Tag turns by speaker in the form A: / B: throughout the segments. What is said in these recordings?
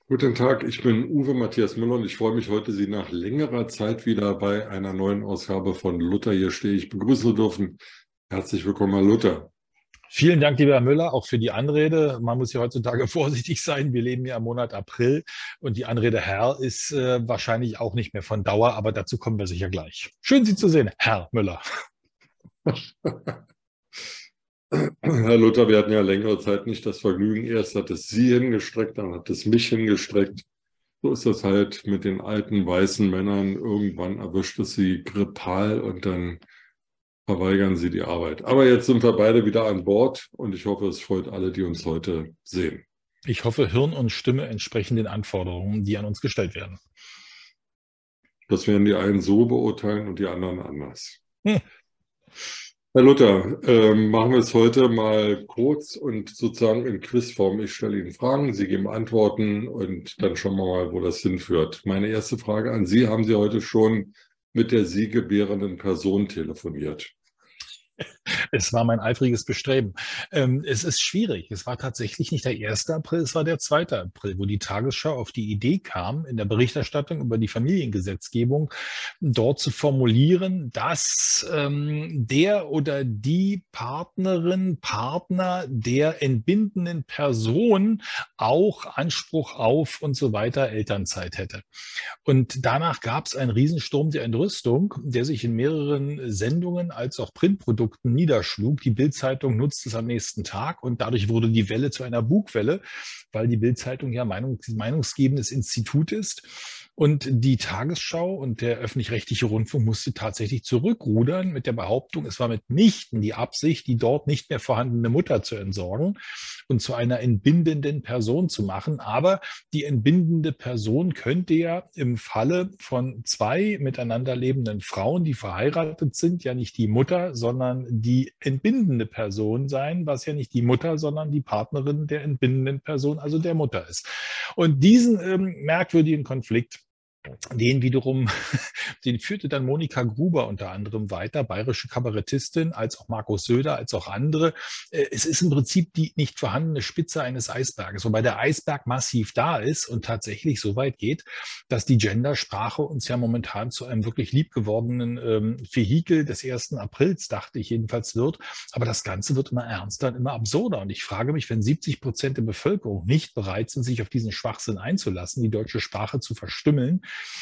A: Guten Tag, ich bin Uwe Matthias Müller und ich freue mich heute, Sie nach längerer Zeit wieder bei einer neuen Ausgabe von Luther hier stehe ich begrüßen zu dürfen. Herzlich willkommen, Herr Luther.
B: Vielen Dank, lieber Herr Müller, auch für die Anrede. Man muss ja heutzutage vorsichtig sein. Wir leben ja im Monat April und die Anrede Herr ist wahrscheinlich auch nicht mehr von Dauer, aber dazu kommen wir sicher gleich. Schön, Sie zu sehen, Herr Müller.
A: Herr Luther, wir hatten ja längere Zeit nicht das Vergnügen. Erst hat es Sie hingestreckt, dann hat es mich hingestreckt. So ist das halt mit den alten weißen Männern. Irgendwann erwischt es sie grippal und dann verweigern sie die Arbeit. Aber jetzt sind wir beide wieder an Bord und ich hoffe, es freut alle, die uns heute sehen.
B: Ich hoffe, Hirn und Stimme entsprechen den Anforderungen, die an uns gestellt werden.
A: Das werden die einen so beurteilen und die anderen anders.
B: Hm.
A: Herr Luther, machen wir es heute mal kurz und sozusagen in Quizform. Ich stelle Ihnen Fragen, Sie geben Antworten und dann schauen wir mal, wo das hinführt. Meine erste Frage an Sie: Haben Sie heute schon mit der Sie gebärenden Person telefoniert?
B: Es war mein eifriges Bestreben. Es ist schwierig. Es war tatsächlich nicht der 1. April, es war der 2. April, wo die Tagesschau auf die Idee kam, in der Berichterstattung über die Familiengesetzgebung dort zu formulieren, dass der oder die Partnerin, Partner der entbindenden Person auch Anspruch auf und so weiter Elternzeit hätte. Und danach gab es einen Riesensturm der Entrüstung, der sich in mehreren Sendungen als auch Printprodukten niederschlug. Die Bild-Zeitung nutzte es am nächsten Tag und dadurch wurde die Welle zu einer Bugwelle, weil die Bild-Zeitung ja meinungsgebendes Institut ist. Und die Tagesschau und der öffentlich-rechtliche Rundfunk musste tatsächlich zurückrudern mit der Behauptung, es war mitnichten die Absicht, die dort nicht mehr vorhandene Mutter zu entsorgen und zu einer entbindenden Person zu machen. Aber die entbindende Person könnte ja im Falle von zwei miteinander lebenden Frauen, die verheiratet sind, ja nicht die Mutter, sondern die entbindende Person sein, was ja nicht die Mutter, sondern die Partnerin der entbindenden Person, also der Mutter ist. Und diesen merkwürdigen Konflikt, den wiederum, den führte dann Monika Gruber unter anderem weiter, bayerische Kabarettistin, als auch Markus Söder, als auch andere. Es ist im Prinzip die nicht vorhandene Spitze eines Eisberges, wobei der Eisberg massiv da ist und tatsächlich so weit geht, dass die Gendersprache uns ja momentan zu einem wirklich liebgewordenen Vehikel des 1. Aprils, dachte ich jedenfalls, wird. Aber das Ganze wird immer ernster und immer absurder. Und ich frage mich, wenn 70% der Bevölkerung nicht bereit sind, sich auf diesen Schwachsinn einzulassen, die deutsche Sprache zu verstümmeln,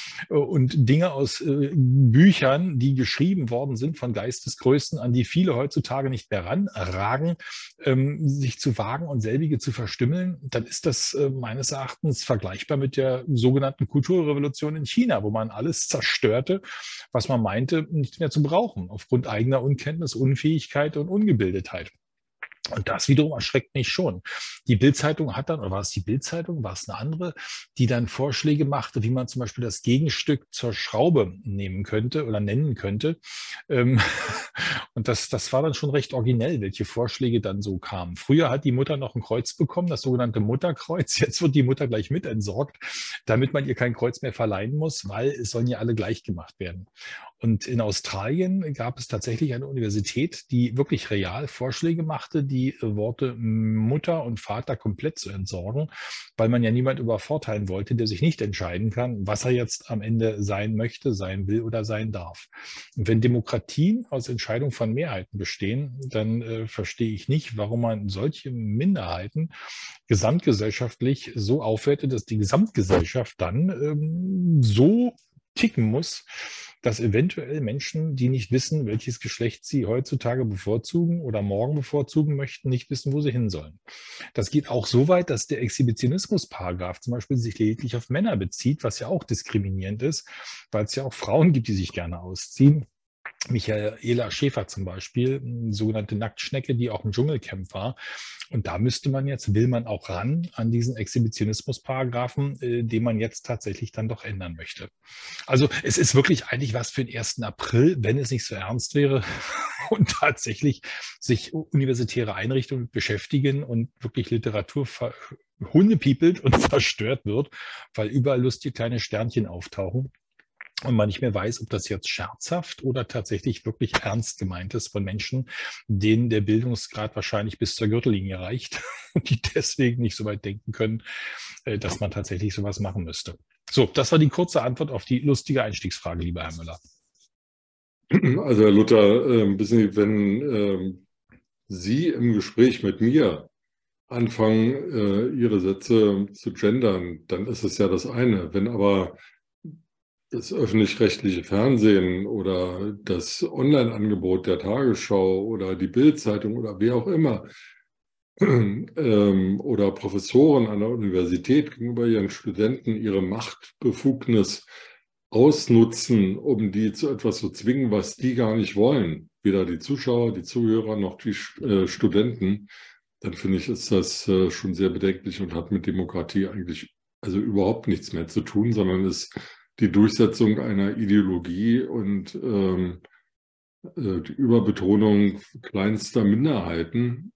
B: und Dinge aus Büchern, die geschrieben worden sind von Geistesgrößen, an die viele heutzutage nicht mehr ranragen, sich zu wagen und selbige zu verstümmeln, dann ist das meines Erachtens vergleichbar mit der sogenannten Kulturrevolution in China, wo man alles zerstörte, was man meinte, nicht mehr zu brauchen, aufgrund eigener Unkenntnis, Unfähigkeit und Ungebildetheit. Und das wiederum erschreckt mich schon. Die Bild-Zeitung hat dann, oder war es die Bild-Zeitung, war es eine andere, die dann Vorschläge machte, wie man zum Beispiel das Gegenstück zur Schraube nehmen könnte oder nennen könnte. Ähm, und das war dann schon recht originell, welche Vorschläge dann so kamen. Früher hat die Mutter noch ein Kreuz bekommen, das sogenannte Mutterkreuz. Jetzt wird die Mutter gleich mit entsorgt, damit man ihr kein Kreuz mehr verleihen muss, weil es sollen ja alle gleich gemacht werden. Und in Australien gab es tatsächlich eine Universität, die wirklich real Vorschläge machte, die Worte Mutter und Vater komplett zu entsorgen, weil man ja niemand übervorteilen wollte, der sich nicht entscheiden kann, was er jetzt am Ende sein möchte, sein will oder sein darf. Und wenn Demokratien aus Entscheidung von Mehrheiten bestehen, dann verstehe ich nicht, warum man solche Minderheiten gesamtgesellschaftlich so aufwertet, dass die Gesamtgesellschaft dann so ticken muss, dass eventuell Menschen, die nicht wissen, welches Geschlecht sie heutzutage bevorzugen oder morgen bevorzugen möchten, nicht wissen, wo sie hin sollen. Das geht auch so weit, dass der Exhibitionismus-Paragraph zum Beispiel sich lediglich auf Männer bezieht, was ja auch diskriminierend ist, weil es ja auch Frauen gibt, die sich gerne ausziehen. Michaela Schäfer zum Beispiel, eine sogenannte Nacktschnecke, die auch im Dschungelcamp war. Und da müsste man jetzt, will man auch ran an diesen Exhibitionismus-Paragraphen, den man jetzt tatsächlich dann doch ändern möchte. Also es ist wirklich eigentlich was für den 1. April, wenn es nicht so ernst wäre und tatsächlich sich universitäre Einrichtungen beschäftigen und wirklich Literatur hundepiepelt und zerstört wird, weil überall lustige kleine Sternchen auftauchen. und man nicht mehr weiß, ob das jetzt scherzhaft oder tatsächlich wirklich ernst gemeint ist von Menschen, denen der Bildungsgrad wahrscheinlich bis zur Gürtellinie reicht und die deswegen nicht so weit denken können, dass man tatsächlich sowas machen müsste. So, das war die kurze Antwort auf die lustige Einstiegsfrage, lieber Herr Müller.
A: Also Herr Luther, wissen Sie, wenn Sie im Gespräch mit mir anfangen, Ihre Sätze zu gendern, dann ist es ja das eine. Wenn aber das öffentlich-rechtliche Fernsehen oder das Online-Angebot der Tagesschau oder die Bild-Zeitung oder wer auch immer oder Professoren an der Universität gegenüber ihren Studenten ihre Machtbefugnis ausnutzen, um die zu etwas zu zwingen, was die gar nicht wollen, weder die Zuschauer, die Zuhörer noch die Studenten, dann finde ich, ist das schon sehr bedenklich und hat mit Demokratie eigentlich also überhaupt nichts mehr zu tun, sondern ist die Durchsetzung einer Ideologie und die Überbetonung kleinster Minderheiten,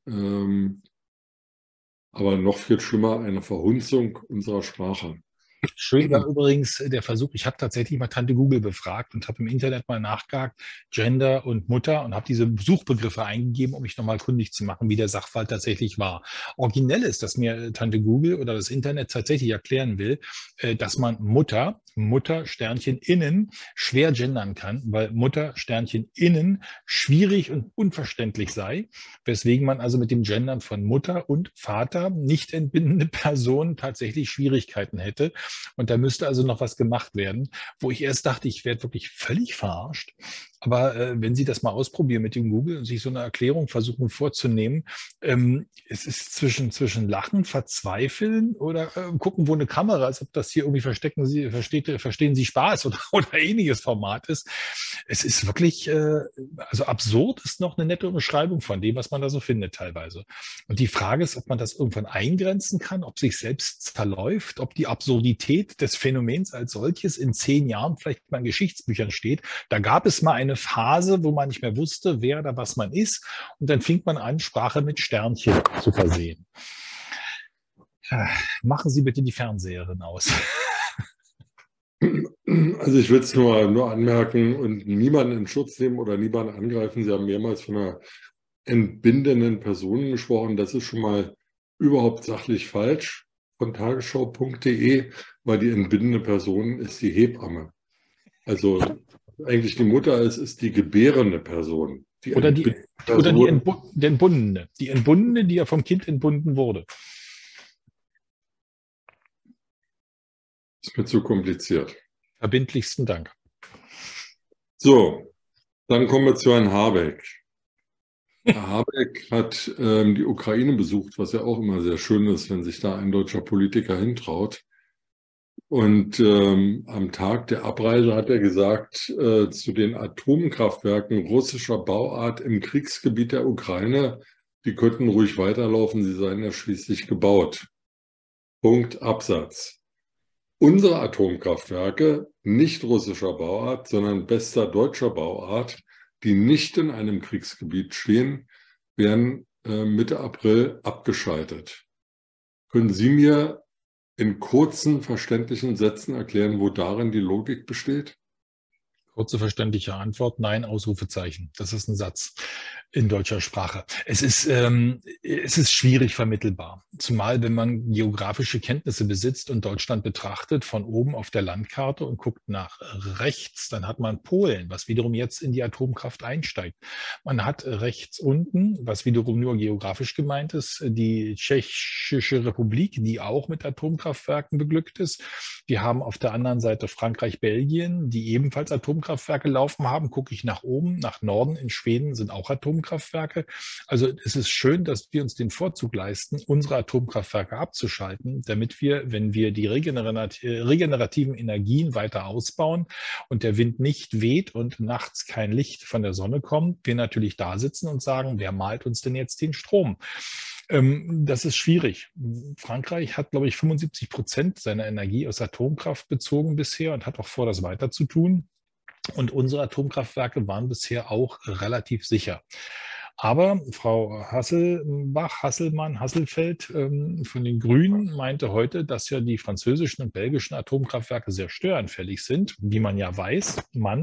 A: aber noch viel schlimmer, eine Verhunzung unserer Sprache.
B: Schön war übrigens der Versuch, ich habe tatsächlich mal Tante Google befragt und habe im Internet mal nachgehakt, Gender und Mutter, und habe diese Suchbegriffe eingegeben, um mich nochmal kundig zu machen, wie der Sachverhalt tatsächlich war. Originell ist, dass mir Tante Google oder das Internet tatsächlich erklären will, dass man Mutter Sternchen innen schwer gendern kann, weil Mutter Sternchen innen schwierig und unverständlich sei, weswegen man also mit dem Gendern von Mutter und Vater, nicht entbindende Personen, tatsächlich Schwierigkeiten hätte. Und da müsste also noch was gemacht werden, wo ich erst dachte, ich werde wirklich völlig verarscht. Aber wenn Sie das mal ausprobieren mit dem Google und sich so eine Erklärung versuchen vorzunehmen, es ist zwischen Lachen, Verzweifeln oder gucken, wo eine Kamera ist, ob das hier irgendwie verstehen Sie Spaß oder ähnliches Format ist. Es ist wirklich, also absurd ist noch eine nette Beschreibung von dem, was man da so findet teilweise. Und die Frage ist, ob man das irgendwann eingrenzen kann, ob sich selbst zerläuft, ob die Absurdität des Phänomens als solches in 10 Jahren vielleicht mal in Geschichtsbüchern steht. Da gab es mal eine Phase, wo man nicht mehr wusste, wer oder was man ist. Und dann fing man an, Sprache mit Sternchen zu versehen. Machen Sie bitte die Fernseherin aus.
A: Also ich will es nur anmerken und niemanden in Schutz nehmen oder niemanden angreifen. Sie haben mehrmals von einer entbindenden Person gesprochen. Das ist schon mal überhaupt sachlich falsch von tagesschau.de, weil die entbindende Person ist die Hebamme. Also eigentlich die Mutter ist die gebärende Person.
B: Oder die Entbundene. Die Entbundene, die ja vom Kind entbunden wurde.
A: Ist mir zu kompliziert.
B: Verbindlichsten Dank.
A: So, dann kommen wir zu Herrn Habeck. Herr Habeck hat die Ukraine besucht, was ja auch immer sehr schön ist, wenn sich da ein deutscher Politiker hintraut. Und am Tag der Abreise hat er gesagt, zu den Atomkraftwerken russischer Bauart im Kriegsgebiet der Ukraine, die könnten ruhig weiterlaufen, sie seien ja schließlich gebaut. Punkt, Absatz. Unsere Atomkraftwerke, nicht russischer Bauart, sondern bester deutscher Bauart, die nicht in einem Kriegsgebiet stehen, werden Mitte April abgeschaltet. Können Sie mir in kurzen, verständlichen Sätzen erklären, wo darin die Logik besteht?
B: Kurze, verständliche Antwort, nein, Ausrufezeichen. Das ist ein Satz in deutscher Sprache. Es ist schwierig vermittelbar, zumal wenn man geografische Kenntnisse besitzt und Deutschland betrachtet von oben auf der Landkarte und guckt nach rechts, dann hat man Polen, was wiederum jetzt in die Atomkraft einsteigt. Man hat rechts unten, was wiederum nur geografisch gemeint ist, die Tschechische Republik, die auch mit Atomkraftwerken beglückt ist. Wir haben auf der anderen Seite Frankreich, Belgien, die ebenfalls Atomkraftwerke laufen haben. Gucke ich nach oben, nach Norden in Schweden sind auch Atomkraftwerke. Also es ist schön, dass wir uns den Vorzug leisten, unsere Atomkraftwerke abzuschalten, damit wir, wenn wir die regenerativen Energien weiter ausbauen und der Wind nicht weht und nachts kein Licht von der Sonne kommt, wir natürlich da sitzen und sagen, wer malt uns denn jetzt den Strom? Das ist schwierig. Frankreich hat, glaube ich, 75% seiner Energie aus Atomkraft bezogen bisher und hat auch vor, das weiter zu tun. Und unsere Atomkraftwerke waren bisher auch relativ sicher. Aber Frau Hasselfeld von den Grünen meinte heute, dass ja die französischen und belgischen Atomkraftwerke sehr störanfällig sind, wie man ja weiß,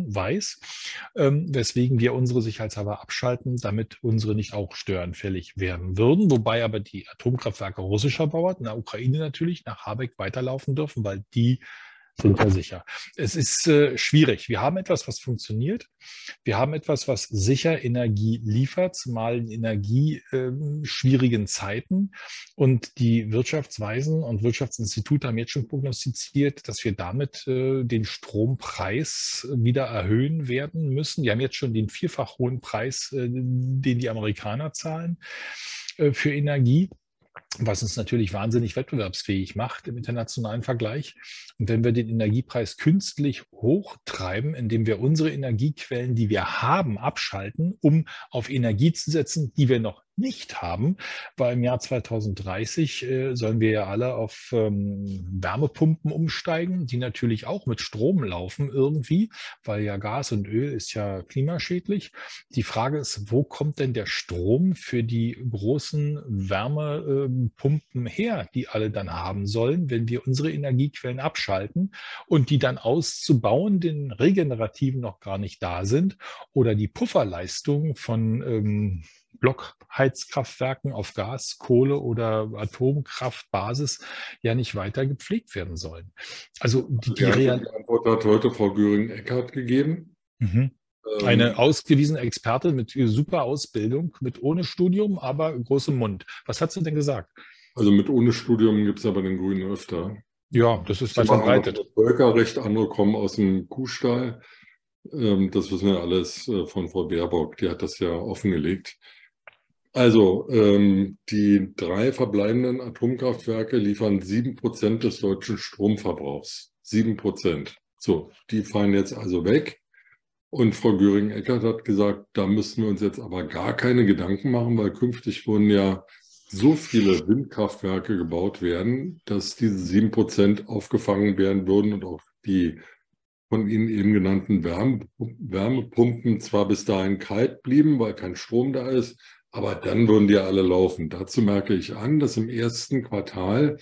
B: weswegen wir unsere sicherheitshalber abschalten, damit unsere nicht auch störanfällig werden würden. Wobei aber die Atomkraftwerke russischer Bauart in der Ukraine natürlich nach Habeck weiterlaufen dürfen, weil die sind ja sicher. Es ist schwierig. Wir haben etwas, was funktioniert. Wir haben etwas, was sicher Energie liefert, zumal in schwierigen Zeiten. Und die Wirtschaftsweisen und Wirtschaftsinstitute haben jetzt schon prognostiziert, dass wir damit den Strompreis wieder erhöhen werden müssen. Die haben jetzt schon den vierfach hohen Preis, den die Amerikaner zahlen für Energie, was uns natürlich wahnsinnig wettbewerbsfähig macht im internationalen Vergleich. Und wenn wir den Energiepreis künstlich hochtreiben, indem wir unsere Energiequellen, die wir haben, abschalten, um auf Energie zu setzen, die wir noch nicht haben, weil im Jahr 2030 sollen wir ja alle auf Wärmepumpen umsteigen, die natürlich auch mit Strom laufen irgendwie, weil ja Gas und Öl ist ja klimaschädlich. Die Frage ist, wo kommt denn der Strom für die großen Wärmepumpen her, die alle dann haben sollen, wenn wir unsere Energiequellen abschalten und die dann auszubauen, den regenerativen noch gar nicht da sind oder die Pufferleistung von Blockheizkraftwerken auf Gas, Kohle oder Atomkraftbasis ja nicht weiter gepflegt werden sollen. Also
A: die Antwort hat heute Frau Göring-Eckardt gegeben.
B: Eine ausgewiesene Expertin mit super Ausbildung, mit ohne Studium, aber großem Mund. Was hat sie denn gesagt?
A: Also mit ohne Studium gibt es aber den Grünen öfter.
B: Ja, das ist weit verbreitet.
A: Völkerrecht, andere kommen aus dem Kuhstall. Das wissen wir alles von Frau Baerbock. Die hat das ja offengelegt. Also, die 3 verbleibenden Atomkraftwerke liefern 7% des deutschen Stromverbrauchs. 7%. So, die fallen jetzt also weg. Und Frau Göring-Eckardt hat gesagt, da müssten wir uns jetzt aber gar keine Gedanken machen, weil künftig wurden ja so viele Windkraftwerke gebaut werden, dass diese 7% aufgefangen werden würden und auch die von Ihnen eben genannten Wärmepumpen zwar bis dahin kalt blieben, weil kein Strom da ist, aber dann würden die alle laufen. Dazu merke ich an, dass im ersten Quartal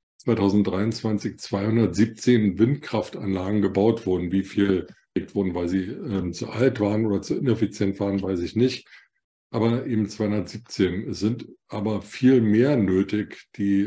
A: 2023 217 Windkraftanlagen gebaut wurden. Wie viel wurden, weil sie zu alt waren oder zu ineffizient waren, weiß ich nicht. Aber eben 217. Es sind aber viel mehr nötig, die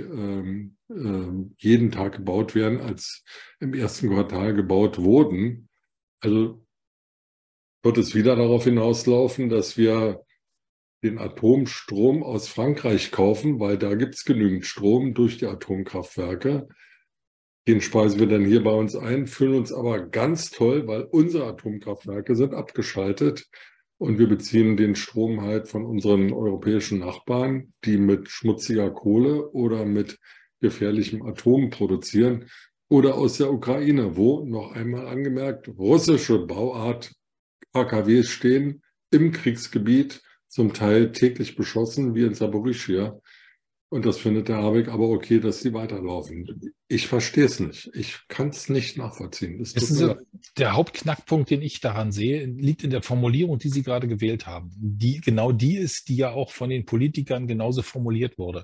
A: jeden Tag gebaut werden, als im ersten Quartal gebaut wurden. Also wird es wieder darauf hinauslaufen, dass wir den Atomstrom aus Frankreich kaufen, weil da gibt es genügend Strom durch die Atomkraftwerke. Den speisen wir dann hier bei uns ein, fühlen uns aber ganz toll, weil unsere Atomkraftwerke sind abgeschaltet und wir beziehen den Strom halt von unseren europäischen Nachbarn, die mit schmutziger Kohle oder mit gefährlichem Atom produzieren oder aus der Ukraine, wo, noch einmal angemerkt, russische Bauart AKWs stehen im Kriegsgebiet, zum Teil täglich beschossen, wie in Saporischschja. Und das findet der Habeck aber okay, dass die weiterlaufen. Ich verstehe es nicht. Ich kann es nicht nachvollziehen.
B: Wissen Sie, der Hauptknackpunkt, den ich daran sehe, liegt in der Formulierung, die Sie gerade gewählt haben. Genau die ist, die ja auch von den Politikern genauso formuliert wurde.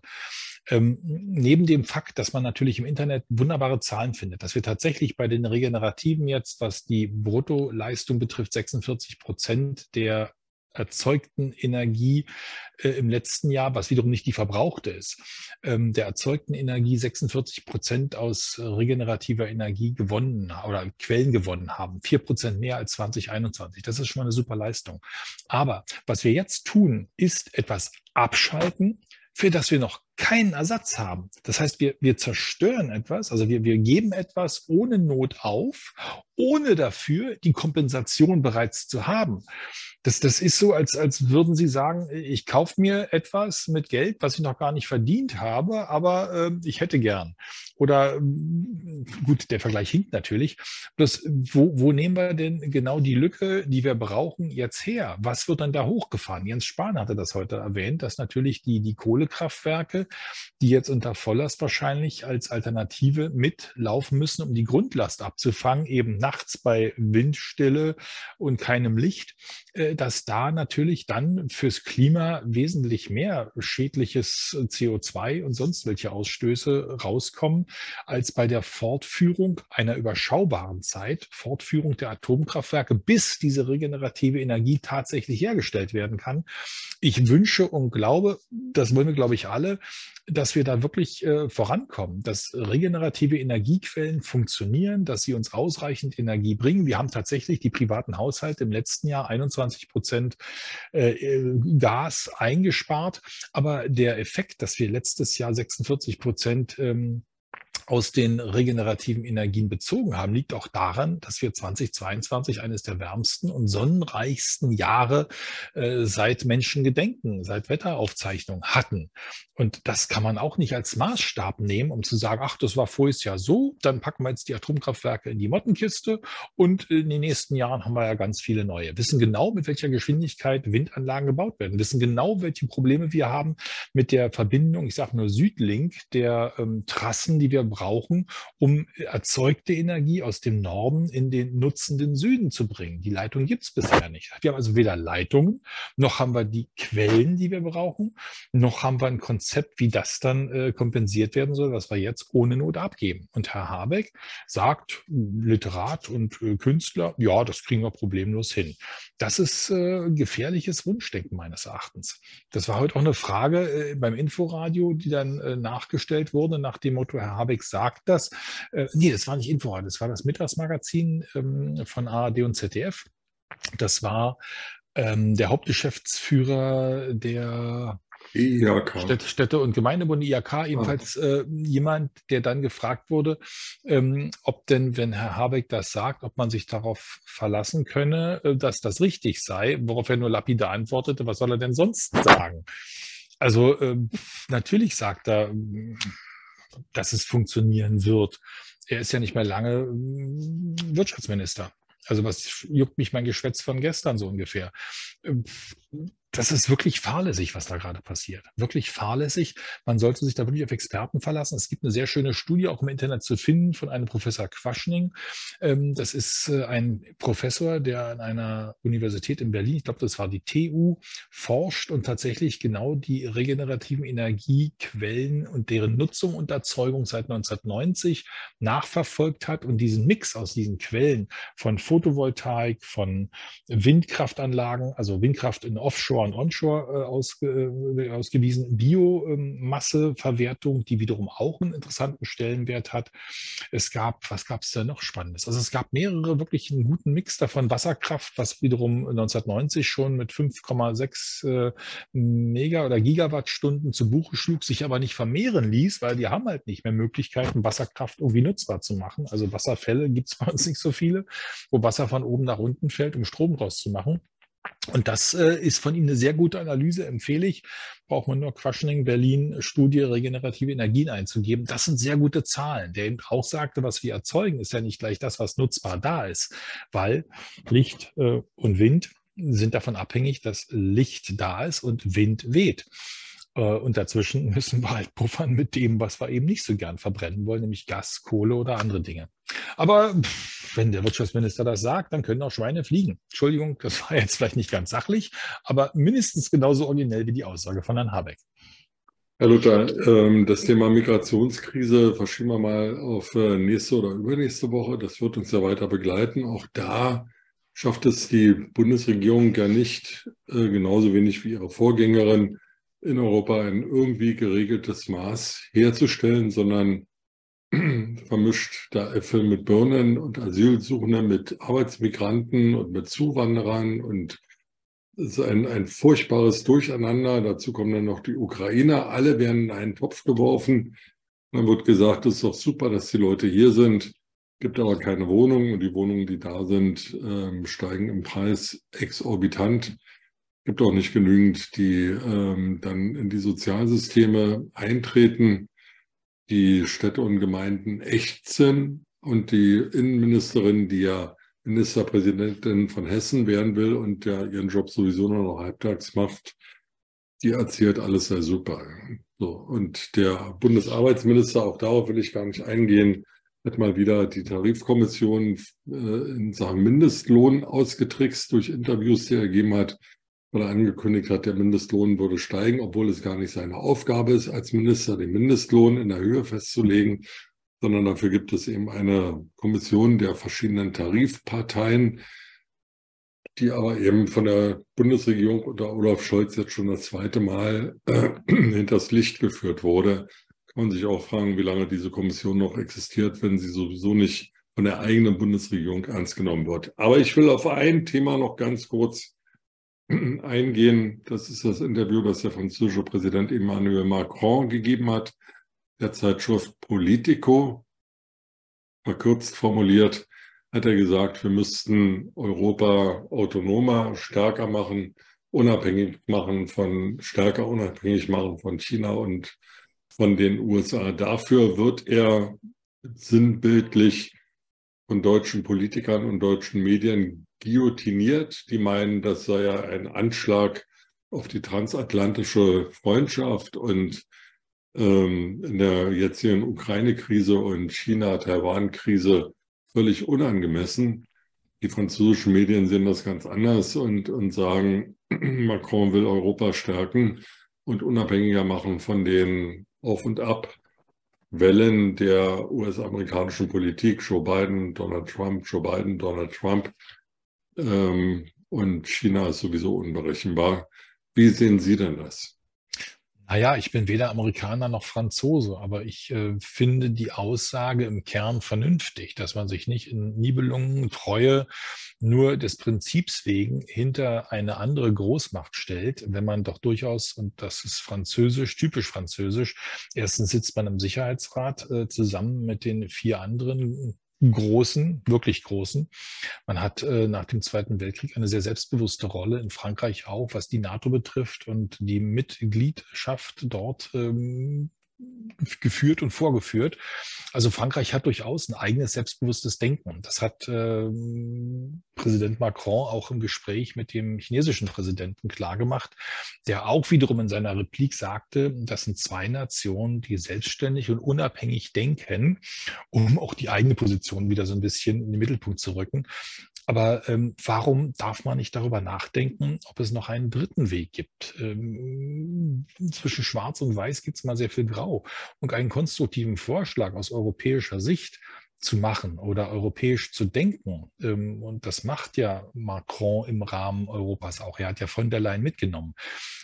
B: Neben dem Fakt, dass man natürlich im Internet wunderbare Zahlen findet, dass wir tatsächlich bei den Regenerativen jetzt, was die Bruttoleistung betrifft, 46% der erzeugten Energie im letzten Jahr, was wiederum nicht die verbrauchte ist, der erzeugten Energie 46% aus regenerativer Energie gewonnen oder Quellen gewonnen haben. 4% mehr als 2021. Das ist schon mal eine super Leistung. Aber was wir jetzt tun, ist etwas abschalten, für das wir noch keinen Ersatz haben. Das heißt, wir zerstören etwas, also wir geben etwas ohne Not auf, ohne dafür die Kompensation bereits zu haben. Das ist so, als würden Sie sagen, ich kaufe mir etwas mit Geld, was ich noch gar nicht verdient habe, aber ich hätte gern. Oder gut, der Vergleich hinkt natürlich. Bloß, wo nehmen wir denn genau die Lücke, die wir brauchen, jetzt her? Was wird dann da hochgefahren? Jens Spahn hatte das heute erwähnt, dass natürlich die Kohlekraftwerke Kraftwerke, die jetzt unter Volllast wahrscheinlich als Alternative mitlaufen müssen, um die Grundlast abzufangen, eben nachts bei Windstille und keinem Licht, dass da natürlich dann fürs Klima wesentlich mehr schädliches CO2 und sonst welche Ausstöße rauskommen, als bei der Fortführung einer überschaubaren Zeit, Fortführung der Atomkraftwerke, bis diese regenerative Energie tatsächlich hergestellt werden kann. Ich wünsche und glaube, das wollen wir, glaube ich, alle, dass wir da wirklich vorankommen, dass regenerative Energiequellen funktionieren, dass sie uns ausreichend Energie bringen. Wir haben tatsächlich die privaten Haushalte im letzten Jahr 21% Gas eingespart, aber der Effekt, dass wir letztes Jahr 46% aus den regenerativen Energien bezogen haben, liegt auch daran, dass wir 2022 eines der wärmsten und sonnenreichsten Jahre seit Menschengedenken, seit Wetteraufzeichnung hatten. Und das kann man auch nicht als Maßstab nehmen, um zu sagen, ach, das war voriges Jahr so, dann packen wir jetzt die Atomkraftwerke in die Mottenkiste und in den nächsten Jahren haben wir ja ganz viele neue. Wir wissen genau, mit welcher Geschwindigkeit Windanlagen gebaut werden. Wir wissen genau, welche Probleme wir haben mit der Verbindung, ich sage nur Südlink, der Trassen, die wir brauchen, um erzeugte Energie aus dem Norden in den nutzenden Süden zu bringen. Die Leitung gibt es bisher nicht. Wir haben also weder Leitungen, noch haben wir die Quellen, die wir brauchen, noch haben wir ein Konzept, wie das dann kompensiert werden soll, was wir jetzt ohne Not abgeben. Und Herr Habeck sagt, Literat und Künstler, ja, das kriegen wir problemlos hin. Das ist gefährliches Wunschdenken meines Erachtens. Das war heute auch eine Frage beim Inforadio, die dann nachgestellt wurde, nach dem Motto, Herr Habeck sagt das. Nee, das war nicht Inforadio, das war das Mittagsmagazin von ARD und ZDF. Das war der Hauptgeschäftsführer der
A: IHK.
B: Städte- und Gemeindebund, IHK, ebenfalls jemand, der dann gefragt wurde, ob denn, wenn Herr Habeck das sagt, ob man sich darauf verlassen könne, dass das richtig sei, worauf er nur lapidar antwortete, was soll er denn sonst sagen? Also natürlich sagt er, dass es funktionieren wird. Er ist ja nicht mehr lange Wirtschaftsminister. Also was juckt mich mein Geschwätz von gestern so ungefähr? Das ist wirklich fahrlässig, was da gerade passiert. Wirklich fahrlässig. Man sollte sich da wirklich auf Experten verlassen. Es gibt eine sehr schöne Studie auch im Internet zu finden von einem Professor Quaschning. Das ist ein Professor, der an einer Universität in Berlin, ich glaube, das war die TU, forscht und tatsächlich genau die regenerativen Energiequellen und deren Nutzung und Erzeugung seit 1990 nachverfolgt hat und diesen Mix aus diesen Quellen von Photovoltaik, von Windkraftanlagen, also Windkraft in Offshore und Onshore ausgewiesen, Biomasseverwertung, die wiederum auch einen interessanten Stellenwert hat. Es gab, was gab es da noch Spannendes? Also es gab mehrere wirklich einen guten Mix davon. Wasserkraft, was wiederum 1990 schon mit 5,6 Mega- oder Gigawattstunden zu Buche schlug, sich aber nicht vermehren ließ, weil wir haben halt nicht mehr Möglichkeiten, Wasserkraft irgendwie nutzbar zu machen. Also Wasserfälle gibt es bei uns nicht so viele, wo Wasser von oben nach unten fällt, um Strom rauszumachen. Und das ist von ihm eine sehr gute Analyse, empfehle ich. Braucht man nur Quaschning, Berlin, Studie regenerative Energien einzugeben. Das sind sehr gute Zahlen. Der eben auch sagte, was wir erzeugen, ist ja nicht gleich das, was nutzbar da ist, weil Licht und Wind sind davon abhängig, dass Licht da ist und Wind weht. Und dazwischen müssen wir halt puffern mit dem, was wir eben nicht so gern verbrennen wollen, nämlich Gas, Kohle oder andere Dinge. Aber wenn der Wirtschaftsminister das sagt, dann können auch Schweine fliegen. Entschuldigung, das war jetzt vielleicht nicht ganz sachlich, aber mindestens genauso originell wie die Aussage von Herrn Habeck.
A: Herr Luther, das Thema Migrationskrise verschieben wir mal auf nächste oder übernächste Woche. Das wird uns ja weiter begleiten. Auch da schafft es die Bundesregierung ja nicht, genauso wenig wie ihre Vorgängerin in Europa, ein irgendwie geregeltes Maß herzustellen, sondern vermischt da Äpfel mit Birnen und Asylsuchende mit Arbeitsmigranten und mit Zuwanderern, und es ist ein furchtbares Durcheinander. Dazu kommen dann noch die Ukrainer. Alle werden in einen Topf geworfen. Dann wird gesagt, es ist doch super, dass die Leute hier sind, gibt aber keine Wohnungen, und die Wohnungen, die da sind, steigen im Preis exorbitant. Gibt auch nicht genügend, die dann in die Sozialsysteme eintreten. Die Städte und Gemeinden ächzen, und die Innenministerin, die ja Ministerpräsidentin von Hessen werden will und ja ihren Job sowieso nur noch halbtags macht, die erzählt, alles sei super. So, und der Bundesarbeitsminister, auch darauf will ich gar nicht eingehen, hat mal wieder die Tarifkommission in Sachen Mindestlohn ausgetrickst durch Interviews, die er gegeben hat, weil er angekündigt hat, der Mindestlohn würde steigen, obwohl es gar nicht seine Aufgabe ist, als Minister den Mindestlohn in der Höhe festzulegen, sondern dafür gibt es eben eine Kommission der verschiedenen Tarifparteien, die aber eben von der Bundesregierung unter Olaf Scholz jetzt schon das zweite Mal hinters Licht geführt wurde. Kann man sich auch fragen, wie lange diese Kommission noch existiert, wenn sie sowieso nicht von der eigenen Bundesregierung ernst genommen wird. Aber ich will auf ein Thema noch ganz kurz eingehen. Das ist das Interview, das der französische Präsident Emmanuel Macron gegeben hat, der Zeitschrift Politico. Verkürzt formuliert hat er gesagt, wir müssten Europa autonomer, stärker unabhängig machen von China und von den USA. Dafür wird er sinnbildlich von deutschen Politikern und deutschen Medien guillotiniert. Die meinen, das sei ja ein Anschlag auf die transatlantische Freundschaft und in der jetzigen Ukraine-Krise und China-Taiwan-Krise völlig unangemessen. Die französischen Medien sehen das ganz anders und sagen, Macron will Europa stärken und unabhängiger machen von den Auf- und Abwellen der US-amerikanischen Politik. Joe Biden, Donald Trump, Joe Biden, Donald Trump. Und China ist sowieso unberechenbar. Wie sehen Sie denn das?
B: Naja, ich bin weder Amerikaner noch Franzose, aber ich finde die Aussage im Kern vernünftig, dass man sich nicht in Nibelungen Treue nur des Prinzips wegen hinter eine andere Großmacht stellt, wenn man doch durchaus, und das ist französisch, typisch französisch, erstens sitzt man im Sicherheitsrat zusammen mit den 4 anderen großen, wirklich großen. Man hat nach dem Zweiten Weltkrieg eine sehr selbstbewusste Rolle in Frankreich auch, was die NATO betrifft und die Mitgliedschaft dort geführt und vorgeführt. Also Frankreich hat durchaus ein eigenes selbstbewusstes Denken. Das hat Präsident Macron auch im Gespräch mit dem chinesischen Präsidenten klargemacht, der auch wiederum in seiner Replik sagte, das sind 2 Nationen, die selbstständig und unabhängig denken, um auch die eigene Position wieder so ein bisschen in den Mittelpunkt zu rücken. Aber warum darf man nicht darüber nachdenken, ob es noch einen dritten Weg gibt? Zwischen Schwarz und Weiß gibt es mal sehr viel Grau. Und einen konstruktiven Vorschlag aus europäischer Sicht zu machen oder europäisch zu denken. Und das macht ja Macron im Rahmen Europas auch. Er hat ja von der Leyen mitgenommen.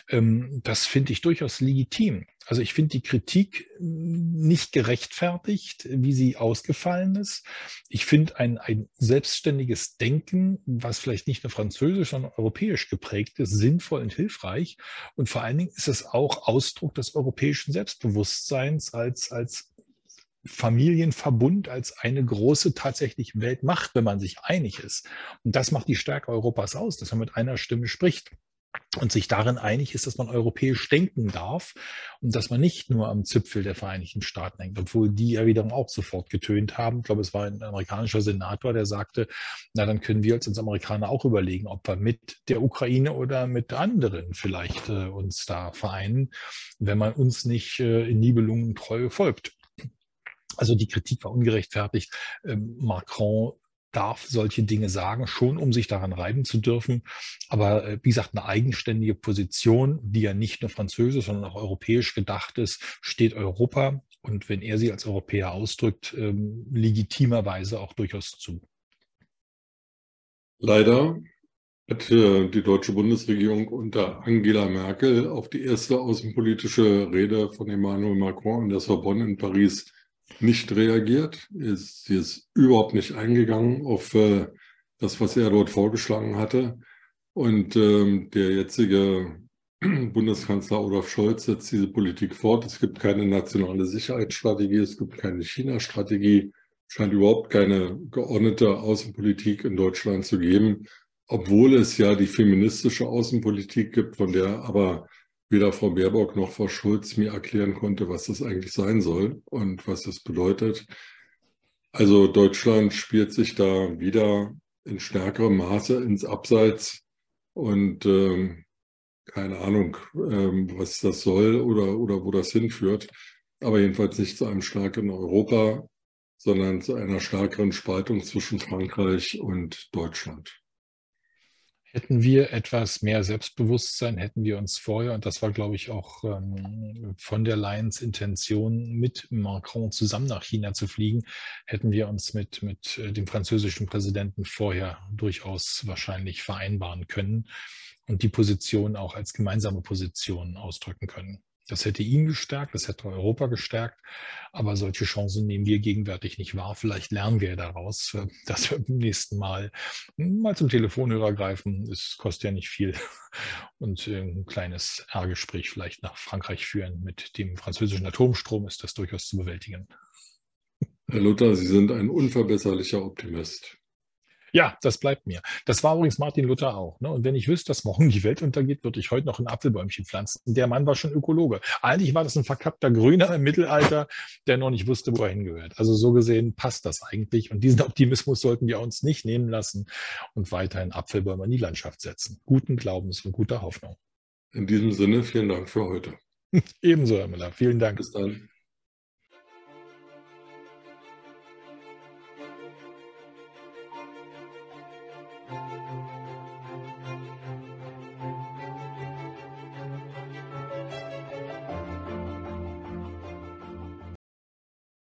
B: Das finde ich durchaus legitim. Also ich finde die Kritik nicht gerechtfertigt, wie sie ausgefallen ist. Ich finde ein selbstständiges Denken, was vielleicht nicht nur französisch, sondern europäisch geprägt ist, sinnvoll und hilfreich. Und vor allen Dingen ist es auch Ausdruck des europäischen Selbstbewusstseins als Familienverbund, als eine große tatsächlich Weltmacht, wenn man sich einig ist. Und das macht die Stärke Europas aus, dass man mit einer Stimme spricht und sich darin einig ist, dass man europäisch denken darf und dass man nicht nur am Zipfel der Vereinigten Staaten hängt, obwohl die ja wiederum auch sofort getönt haben. Ich glaube, es war ein amerikanischer Senator, der sagte, na, dann können wir als Amerikaner auch überlegen, ob wir mit der Ukraine oder mit anderen vielleicht uns da vereinen, wenn man uns nicht in Nibelungen treu folgt. Also die Kritik war ungerechtfertigt. Macron darf solche Dinge sagen, schon um sich daran reiben zu dürfen. Aber wie gesagt, eine eigenständige Position, die ja nicht nur französisch, sondern auch europäisch gedacht ist, steht Europa. Und wenn er sie als Europäer ausdrückt, legitimerweise auch durchaus zu.
A: Leider hat die deutsche Bundesregierung unter Angela Merkel auf die erste außenpolitische Rede von Emmanuel Macron in der Sorbonne in Paris nicht reagiert. Sie ist überhaupt nicht eingegangen auf das, was er dort vorgeschlagen hatte. Und der jetzige Bundeskanzler Olaf Scholz setzt diese Politik fort. Es gibt keine nationale Sicherheitsstrategie, es gibt keine China-Strategie, scheint überhaupt keine geordnete Außenpolitik in Deutschland zu geben, obwohl es ja die feministische Außenpolitik gibt, von der aber weder Frau Baerbock noch Frau Schulz mir erklären konnte, was das eigentlich sein soll und was das bedeutet. Also Deutschland spielt sich da wieder in stärkerem Maße ins Abseits und keine Ahnung, was das soll oder wo das hinführt. Aber jedenfalls nicht zu einem starken Europa, sondern zu einer stärkeren Spaltung zwischen Frankreich und Deutschland.
B: Hätten wir etwas mehr Selbstbewusstsein, hätten wir uns vorher, und das war, glaube ich, auch von der Leyens Intention, mit Macron zusammen nach China zu fliegen, hätten wir uns mit dem französischen Präsidenten vorher durchaus wahrscheinlich vereinbaren können und die Position auch als gemeinsame Position ausdrücken können. Das hätte ihn gestärkt, das hätte Europa gestärkt, aber solche Chancen nehmen wir gegenwärtig nicht wahr. Vielleicht lernen wir daraus, dass wir beim nächsten Mal zum Telefonhörer greifen. Es kostet ja nicht viel und ein kleines R-Gespräch vielleicht nach Frankreich führen. Mit dem französischen Atomstrom ist das durchaus zu bewältigen.
A: Herr Luther, Sie sind ein unverbesserlicher Optimist.
B: Ja, das bleibt mir. Das war übrigens Martin Luther auch. Ne? Und wenn ich wüsste, dass morgen die Welt untergeht, würde ich heute noch ein Apfelbäumchen pflanzen. Der Mann war schon Ökologe. Eigentlich war das ein verkappter Grüner im Mittelalter, der noch nicht wusste, wo er hingehört. Also so gesehen passt das eigentlich. Und diesen Optimismus sollten wir uns nicht nehmen lassen und weiterhin Apfelbäume in die Landschaft setzen. Guten Glaubens und guter Hoffnung.
A: In diesem Sinne, vielen Dank für heute.
B: Ebenso, Herr Müller. Vielen Dank.
A: Bis dann.